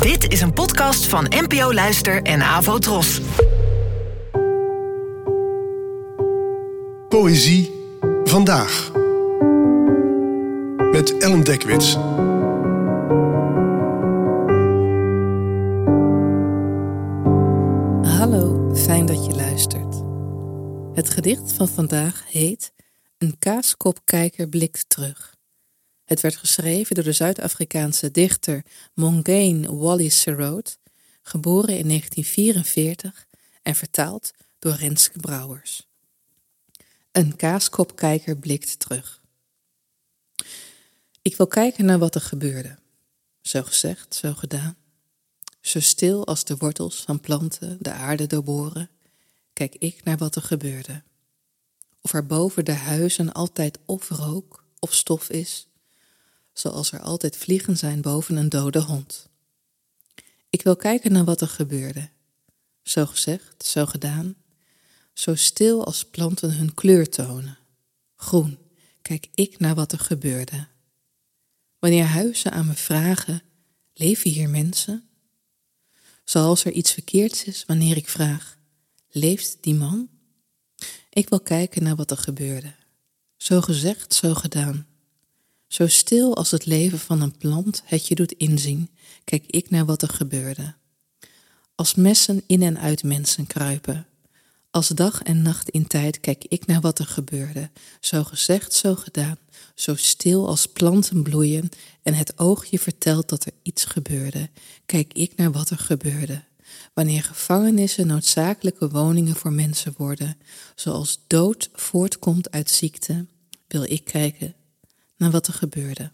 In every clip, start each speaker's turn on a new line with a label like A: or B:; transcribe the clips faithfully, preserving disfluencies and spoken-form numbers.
A: Dit is een podcast van N P O Luister en Avo Tros.
B: Poëzie vandaag. Met Ellen Dekwits.
C: Hallo, fijn dat je luistert. Het gedicht van vandaag heet Een kaaskopkijker blikt terug. Het werd geschreven door de Zuid-Afrikaanse dichter Mongane Wally Serote, geboren in negentien vierenveertig en vertaald door Renske Brouwers. Een kaaskopkijker blikt terug. Ik wil kijken naar wat er gebeurde. Zo gezegd, zo gedaan. Zo stil als de wortels van planten de aarde doorboren, kijk ik naar wat er gebeurde. Of er boven de huizen altijd of rook of stof is, zoals er altijd vliegen zijn boven een dode hond. Ik wil kijken naar wat er gebeurde. Zo gezegd, zo gedaan. Zo stil als planten hun kleur tonen. Groen, kijk ik naar wat er gebeurde. Wanneer huizen aan me vragen, leven hier mensen? Zoals er iets verkeerds is wanneer ik vraag, leeft die man? Ik wil kijken naar wat er gebeurde. Zo gezegd, zo gedaan. Zo stil als het leven van een plant het je doet inzien, kijk ik naar wat er gebeurde. Als messen in en uit mensen kruipen. Als dag en nacht in tijd kijk ik naar wat er gebeurde. Zo gezegd, zo gedaan. Zo stil als planten bloeien en het oog je vertelt dat er iets gebeurde. Kijk ik naar wat er gebeurde. Wanneer gevangenissen noodzakelijke woningen voor mensen worden, zoals dood voortkomt uit ziekte, wil ik kijken naar wat er gebeurde.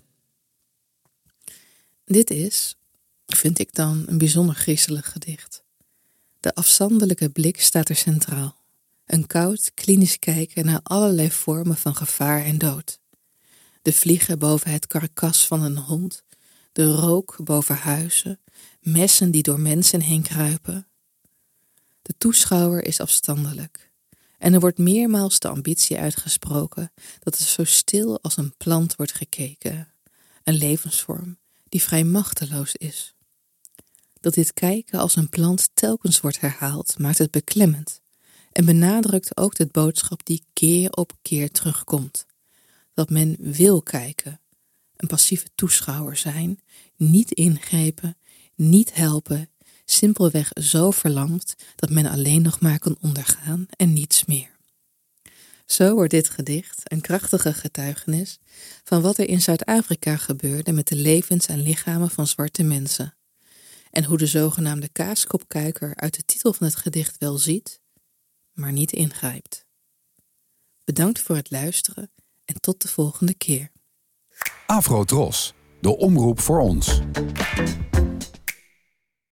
C: Dit is, vind ik dan, een bijzonder griezelig gedicht. De afzonderlijke blik staat er centraal. Een koud, klinisch kijken naar allerlei vormen van gevaar en dood. De vliegen boven het karkas van een hond, de rook boven huizen, messen die door mensen heen kruipen. De toeschouwer is afstandelijk. En er wordt meermaals de ambitie uitgesproken dat het zo stil als een plant wordt gekeken. Een levensvorm die vrij machteloos is. Dat dit kijken als een plant telkens wordt herhaald, maakt het beklemmend. En benadrukt ook de boodschap die keer op keer terugkomt. Dat men wil kijken, een passieve toeschouwer zijn, niet ingrijpen, niet helpen, simpelweg zo verlamd dat men alleen nog maar kan ondergaan en niets meer. Zo wordt dit gedicht een krachtige getuigenis van wat er in Zuid-Afrika gebeurde met de levens en lichamen van zwarte mensen. En hoe de zogenaamde kaaskopkijker uit de titel van het gedicht wel ziet, maar niet ingrijpt. Bedankt voor het luisteren en tot de volgende keer.
D: Avo Tros, de omroep voor ons.